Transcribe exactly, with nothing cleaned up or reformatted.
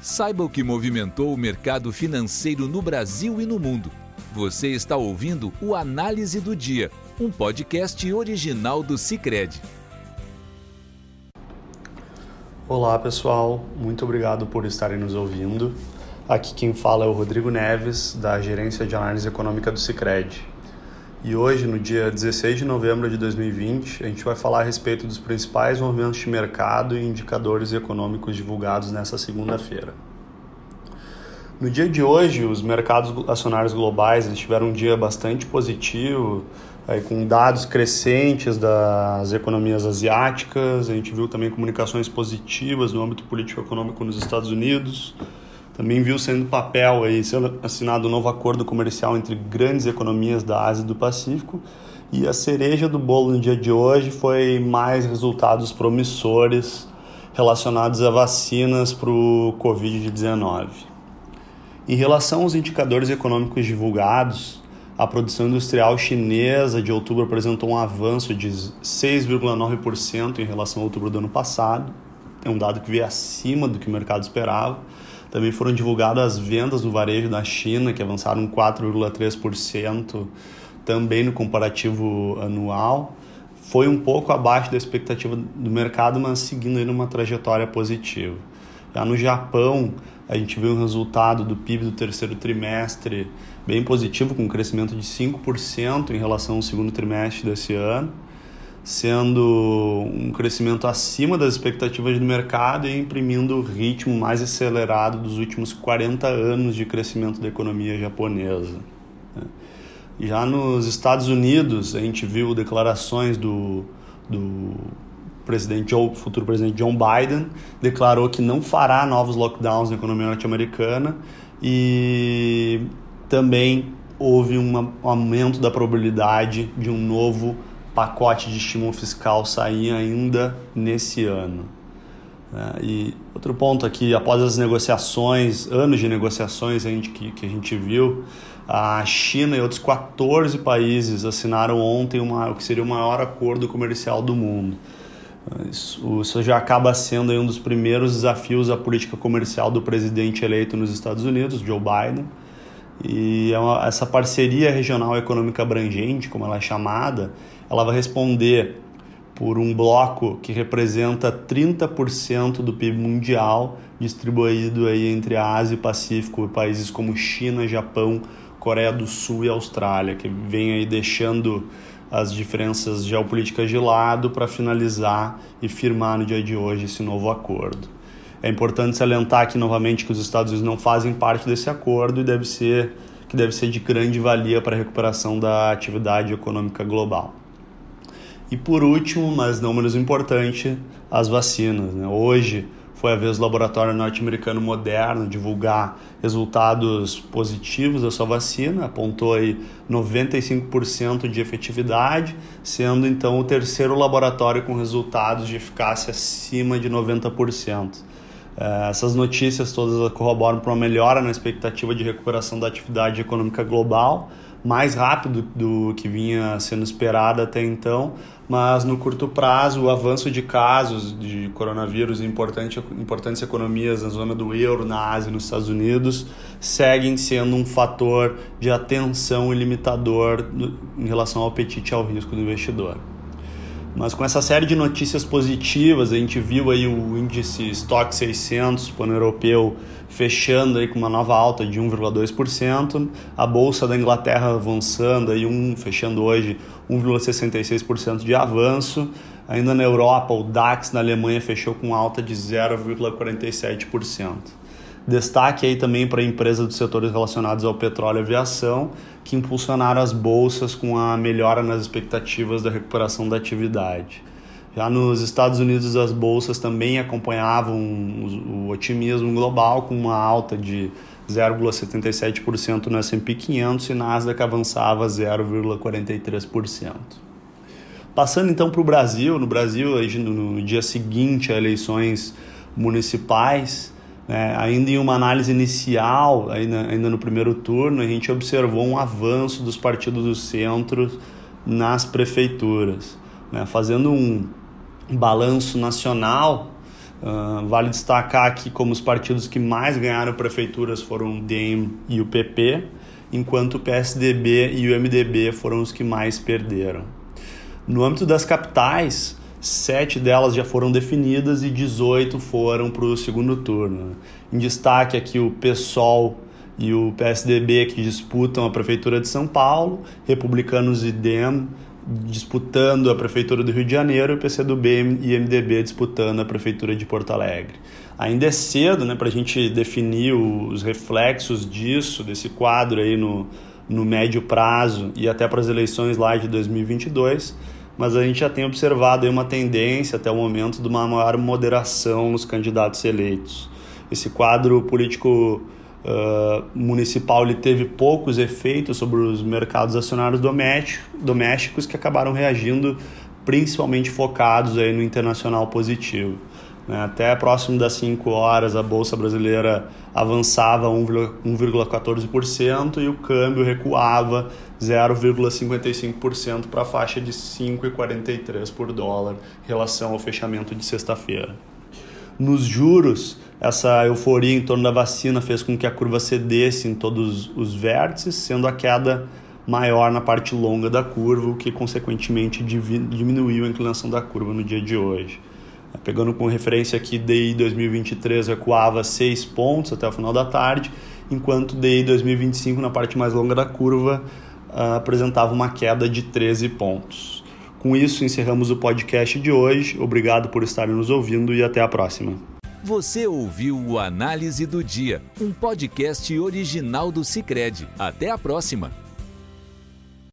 Saiba o que movimentou o mercado financeiro no Brasil e no mundo. Você está ouvindo o Análise do Dia, um podcast original do Sicredi. Olá pessoal, muito obrigado por estarem nos ouvindo. Aqui quem fala é o Rodrigo Neves, da Gerência de Análise Econômica do Sicredi. E hoje, no dia dezesseis de novembro de dois mil e vinte, a gente vai falar a respeito dos principais movimentos de mercado e indicadores econômicos divulgados nessa segunda-feira. No dia de hoje, os mercados acionários globais eles tiveram um dia bastante positivo, aí, com dados crescentes das economias asiáticas. A gente viu também comunicações positivas no âmbito político-econômico nos Estados Unidos. Também viu sendo papel aí, sendo assinado um novo acordo comercial entre grandes economias da Ásia e do Pacífico. E a cereja do bolo no dia de hoje foi mais resultados promissores relacionados a vacinas para o covid dezenove. Em relação aos indicadores econômicos divulgados, a produção industrial chinesa de outubro apresentou um avanço de seis vírgula nove por cento em relação a outubro do ano passado. É um dado que veio acima do que o mercado esperava. Também foram divulgadas as vendas no varejo da China, que avançaram quatro vírgula três por cento também no comparativo anual. Foi um pouco abaixo da expectativa do mercado, mas seguindo aí numa trajetória positiva. Já no Japão, a gente viu um resultado do P I B do terceiro trimestre bem positivo, com um crescimento de cinco por cento em relação ao segundo trimestre desse ano, sendo um crescimento acima das expectativas do mercado e imprimindo o ritmo mais acelerado dos últimos quarenta anos de crescimento da economia japonesa. Já nos Estados Unidos, a gente viu declarações do, do presidente Joe, futuro presidente Joe Biden, declarou que não fará novos lockdowns na economia norte-americana e também houve um aumento da probabilidade de um novo pacote de estímulo fiscal sair ainda nesse ano. E outro ponto aqui, após as negociações, anos de negociações a gente, que, que a gente viu, a China e outros quatorze países assinaram ontem uma, o que seria o maior acordo comercial do mundo. Isso, isso já acaba sendo um dos primeiros desafios à política comercial do presidente eleito nos Estados Unidos, Joe Biden. E é uma, essa parceria regional econômica abrangente, como ela é chamada, ela vai responder por um bloco que representa trinta por cento do P I B mundial, distribuído aí entre a Ásia e o Pacífico, países como China, Japão, Coreia do Sul e Austrália, que vem aí deixando as diferenças geopolíticas de lado para finalizar e firmar no dia de hoje esse novo acordo. É importante salientar aqui novamente que os Estados Unidos não fazem parte desse acordo e deve ser, que deve ser de grande valia para a recuperação da atividade econômica global. E por último, mas não menos importante, as vacinas, né? Hoje foi a vez do laboratório norte-americano Moderna divulgar resultados positivos da sua vacina, apontou aí noventa e cinco por cento de efetividade, sendo então o terceiro laboratório com resultados de eficácia acima de noventa por cento. Essas notícias todas corroboram para uma melhora na expectativa de recuperação da atividade econômica global, mais rápido do que vinha sendo esperado até então, mas no curto prazo o avanço de casos de coronavírus em importante, importantes economias na zona do euro, na Ásia e nos Estados Unidos seguem sendo um fator de atenção e limitador em relação ao apetite ao risco do investidor. Mas com essa série de notícias positivas, a gente viu aí o índice Stoxx seiscentos pan-europeu fechando aí com uma nova alta de um vírgula dois por cento, a Bolsa da Inglaterra avançando, aí um, fechando hoje um vírgula sessenta e seis por cento de avanço. Ainda na Europa, o DAX na Alemanha fechou com alta de zero vírgula quarenta e sete por cento. Destaque aí também para empresas dos setores relacionados ao petróleo e aviação, que impulsionaram as bolsas com a melhora nas expectativas da recuperação da atividade. Já nos Estados Unidos, as bolsas também acompanhavam o otimismo global, com uma alta de zero vírgula setenta e sete por cento no S and P quinhentos e Nasdaq avançava zero vírgula quarenta e três por cento. Passando então para o Brasil, no Brasil, no dia seguinte a eleições municipais, É, ainda em uma análise inicial, ainda, ainda no primeiro turno, a gente observou um avanço dos partidos do centro nas prefeituras. Né? Fazendo um balanço nacional, Uh, vale destacar que como os partidos que mais ganharam prefeituras foram o D E M e o P P, enquanto o P S D B e o M D B foram os que mais perderam. No âmbito das capitais, sete delas já foram definidas e dezoito foram para o segundo turno. Em destaque aqui o PSOL e o P S D B, que disputam a Prefeitura de São Paulo, Republicanos e D E M disputando a Prefeitura do Rio de Janeiro, e o P C do B e M D B disputando a Prefeitura de Porto Alegre. Ainda é cedo, né, para a gente definir os reflexos disso, desse quadro aí no, no médio prazo e até para as eleições lá de dois mil e vinte e dois, mas a gente já tem observado aí uma tendência até o momento de uma maior moderação nos candidatos eleitos. Esse quadro político Uh, municipal ele teve poucos efeitos sobre os mercados acionários domésticos que acabaram reagindo principalmente focados aí no internacional positivo. Né? Até próximo das cinco horas a Bolsa Brasileira avançava um vírgula quatorze por cento e o câmbio recuava zero vírgula cinquenta e cinco por cento para a faixa de cinco vírgula quarenta e três por dólar em relação ao fechamento de sexta-feira. Nos juros, essa euforia em torno da vacina fez com que a curva cedesse em todos os vértices, sendo a queda maior na parte longa da curva, o que consequentemente diminuiu a inclinação da curva no dia de hoje. Pegando como referência aqui, D I dois mil e vinte e três recuava seis pontos até o final da tarde, enquanto D I dois mil e vinte e cinco, na parte mais longa da curva, apresentava uma queda de treze pontos. Com isso, encerramos o podcast de hoje. Obrigado por estarem nos ouvindo e até a próxima. Você ouviu o Análise do Dia, um podcast original do Sicredi. Até a próxima!